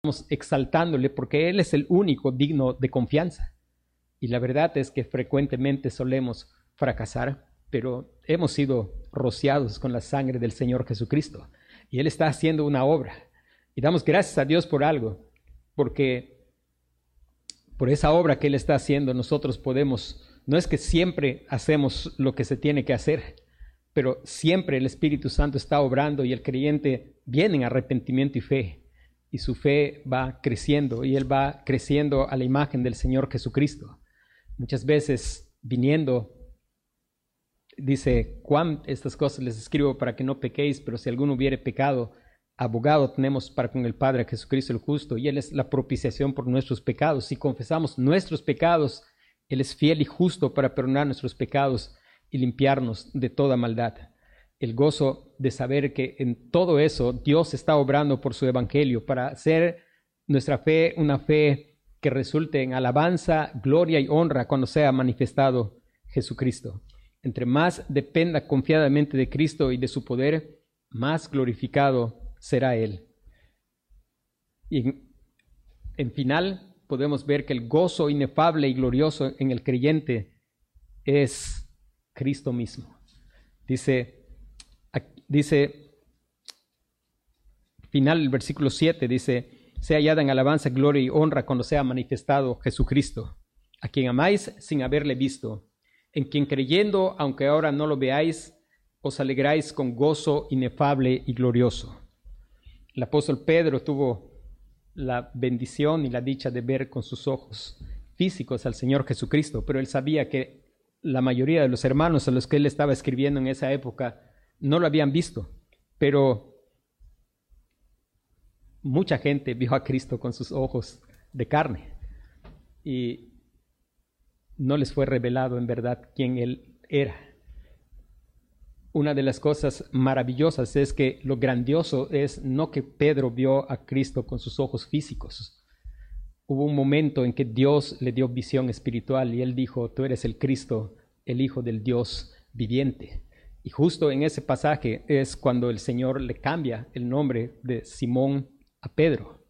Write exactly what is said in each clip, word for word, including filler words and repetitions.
exaltándole porque Él es el único digno de confianza. Y la verdad es que frecuentemente solemos fracasar, pero hemos sido rociados con la sangre del Señor Jesucristo. Y Él está haciendo una obra. Y damos gracias a Dios por algo, porque por esa obra que Él está haciendo nosotros podemos, no es que siempre hacemos lo que se tiene que hacer, pero siempre el Espíritu Santo está obrando y el creyente viene en arrepentimiento y fe. Y su fe va creciendo y él va creciendo a la imagen del Señor Jesucristo. Muchas veces viniendo, dice, Juan, estas cosas les escribo para que no pequéis, pero si alguno hubiere pecado, abogado tenemos para con el Padre, Jesucristo el justo, y Él es la propiciación por nuestros pecados. Si confesamos nuestros pecados, Él es fiel y justo para perdonar nuestros pecados y limpiarnos de toda maldad. El gozo de saber que en todo eso Dios está obrando por su evangelio para hacer nuestra fe una fe que resulte en alabanza, gloria y honra cuando sea manifestado Jesucristo. Entre más dependa confiadamente de Cristo y de su poder, más glorificado será Él. Y en, en final podemos ver que el gozo inefable y glorioso en el creyente es Cristo mismo. Dice... Dice, final del versículo siete, dice, sea hallada en alabanza, gloria y honra cuando sea manifestado Jesucristo, a quien amáis sin haberle visto, en quien creyendo, aunque ahora no lo veáis, os alegráis con gozo inefable y glorioso. El apóstol Pedro tuvo la bendición y la dicha de ver con sus ojos físicos al Señor Jesucristo, pero él sabía que la mayoría de los hermanos a los que él estaba escribiendo en esa época no lo habían visto, pero mucha gente vio a Cristo con sus ojos de carne y no les fue revelado en verdad quién Él era. Una de las cosas maravillosas es que lo grandioso es no que Pedro vio a Cristo con sus ojos físicos. Hubo un momento en que Dios le dio visión espiritual y Él dijo, tú eres el Cristo, el Hijo del Dios viviente. Y justo en ese pasaje es cuando el Señor le cambia el nombre de Simón a Pedro.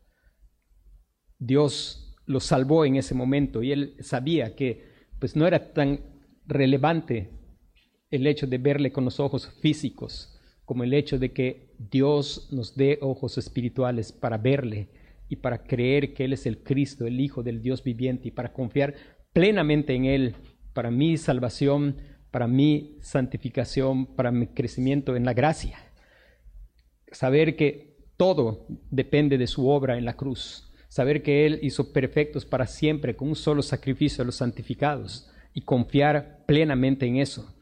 Dios lo salvó en ese momento y él sabía que pues no era tan relevante el hecho de verle con los ojos físicos como el hecho de que Dios nos dé ojos espirituales para verle y para creer que Él es el Cristo, el Hijo del Dios viviente, y para confiar plenamente en Él para mi salvación, para mi santificación, para mi crecimiento en la gracia. Saber que todo depende de su obra en la cruz. Saber que Él hizo perfectos para siempre con un solo sacrificio a los santificados y confiar plenamente en eso.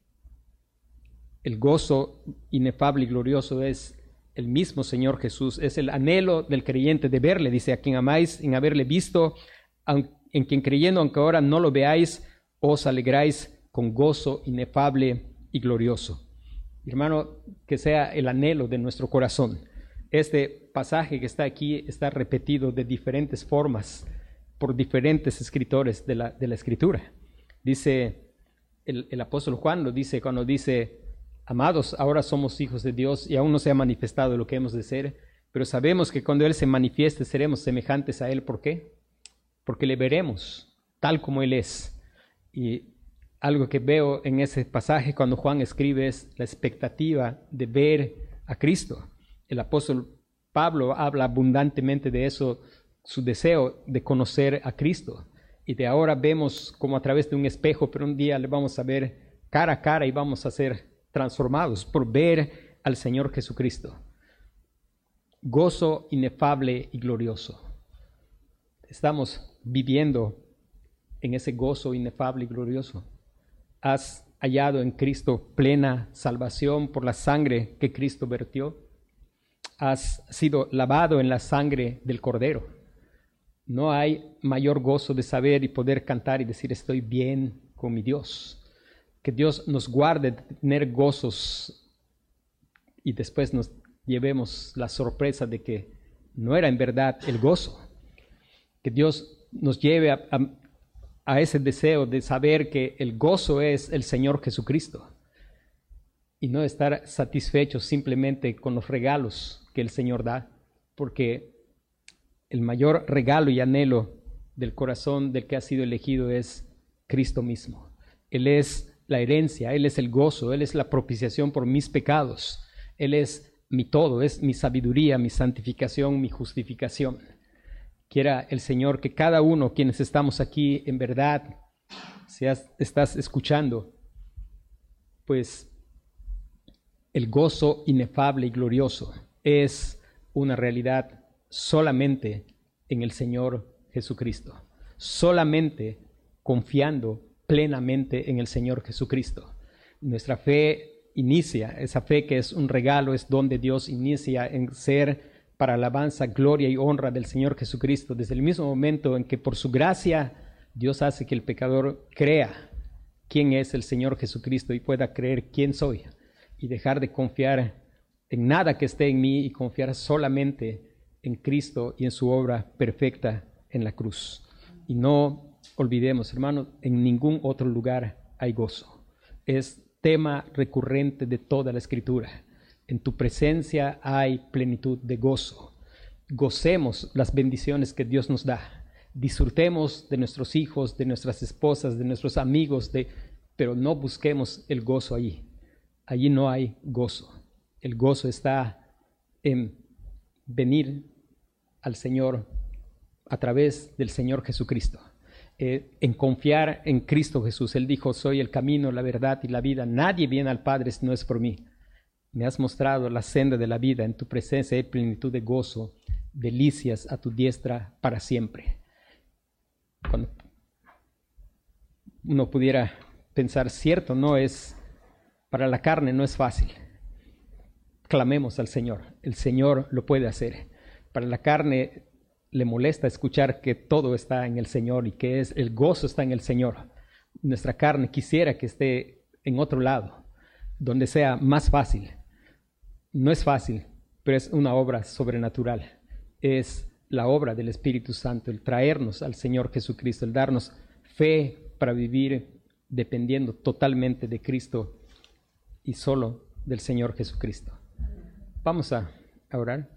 El gozo inefable y glorioso es el mismo Señor Jesús. Es el anhelo del creyente de verle. Dice, a quien amáis en haberle visto, en quien creyendo, aunque ahora no lo veáis, os alegráis con gozo inefable y glorioso. Hermano, que sea el anhelo de nuestro corazón. Este pasaje que está aquí está repetido de diferentes formas por diferentes escritores de la, de la Escritura. Dice, el, el apóstol Juan lo dice cuando dice, amados, ahora somos hijos de Dios y aún no se ha manifestado lo que hemos de ser, pero sabemos que cuando Él se manifieste seremos semejantes a Él. ¿Por qué? Porque le veremos tal como Él es. Y algo que veo en ese pasaje cuando Juan escribe es la expectativa de ver a Cristo. El apóstol Pablo habla abundantemente de eso, su deseo de conocer a Cristo. Y de ahora vemos como a través de un espejo, pero un día le vamos a ver cara a cara y vamos a ser transformados por ver al Señor Jesucristo. Gozo inefable y glorioso. Estamos viviendo en ese gozo inefable y glorioso. ¿Has hallado en Cristo plena salvación por la sangre que Cristo vertió? ¿Has sido lavado en la sangre del Cordero? No hay mayor gozo de saber y poder cantar y decir estoy bien con mi Dios. Que Dios nos guarde de tener gozos y después nos llevemos la sorpresa de que no era en verdad el gozo. Que Dios nos lleve a, a a ese deseo de saber que el gozo es el Señor Jesucristo y no estar satisfechos simplemente con los regalos que el Señor da, porque el mayor regalo y anhelo del corazón del que ha sido elegido es Cristo mismo. Él es la herencia, Él es el gozo, Él es la propiciación por mis pecados. Él es mi todo, es mi sabiduría, mi santificación, mi justificación. Quiera el Señor que cada uno, quienes estamos aquí, en verdad, si estás escuchando, pues el gozo inefable y glorioso es una realidad solamente en el Señor Jesucristo, solamente confiando plenamente en el Señor Jesucristo. Nuestra fe inicia, esa fe que es un regalo, es donde Dios inicia en ser para alabanza, gloria y honra del Señor Jesucristo, desde el mismo momento en que por su gracia Dios hace que el pecador crea quién es el Señor Jesucristo y pueda creer quién soy y dejar de confiar en nada que esté en mí y confiar solamente en Cristo y en su obra perfecta en la cruz. Y no olvidemos, hermanos, en ningún otro lugar hay gozo. Es tema recurrente de toda la Escritura. En tu presencia hay plenitud de gozo. Gocemos las bendiciones que Dios nos da. Disfrutemos de nuestros hijos, de nuestras esposas, de nuestros amigos, de, pero no busquemos el gozo allí. Allí no hay gozo. El gozo está en venir al Señor a través del Señor Jesucristo. Eh, en confiar en Cristo Jesús. Él dijo, soy el camino, la verdad y la vida. Nadie viene al Padre si no es por mí. Me has mostrado la senda de la vida. En tu presencia hay plenitud de gozo, delicias a tu diestra para siempre. Cuando uno pudiera pensar, cierto, no es, para la carne no es fácil. Clamemos al Señor. El Señor lo puede hacer. Para la carne le molesta escuchar que todo está en el Señor y que es, el gozo está en el Señor. Nuestra carne quisiera que esté en otro lado, donde sea más fácil. No es fácil, pero es una obra sobrenatural. Es la obra del Espíritu Santo, el traernos al Señor Jesucristo, el darnos fe para vivir dependiendo totalmente de Cristo y solo del Señor Jesucristo. Vamos a orar.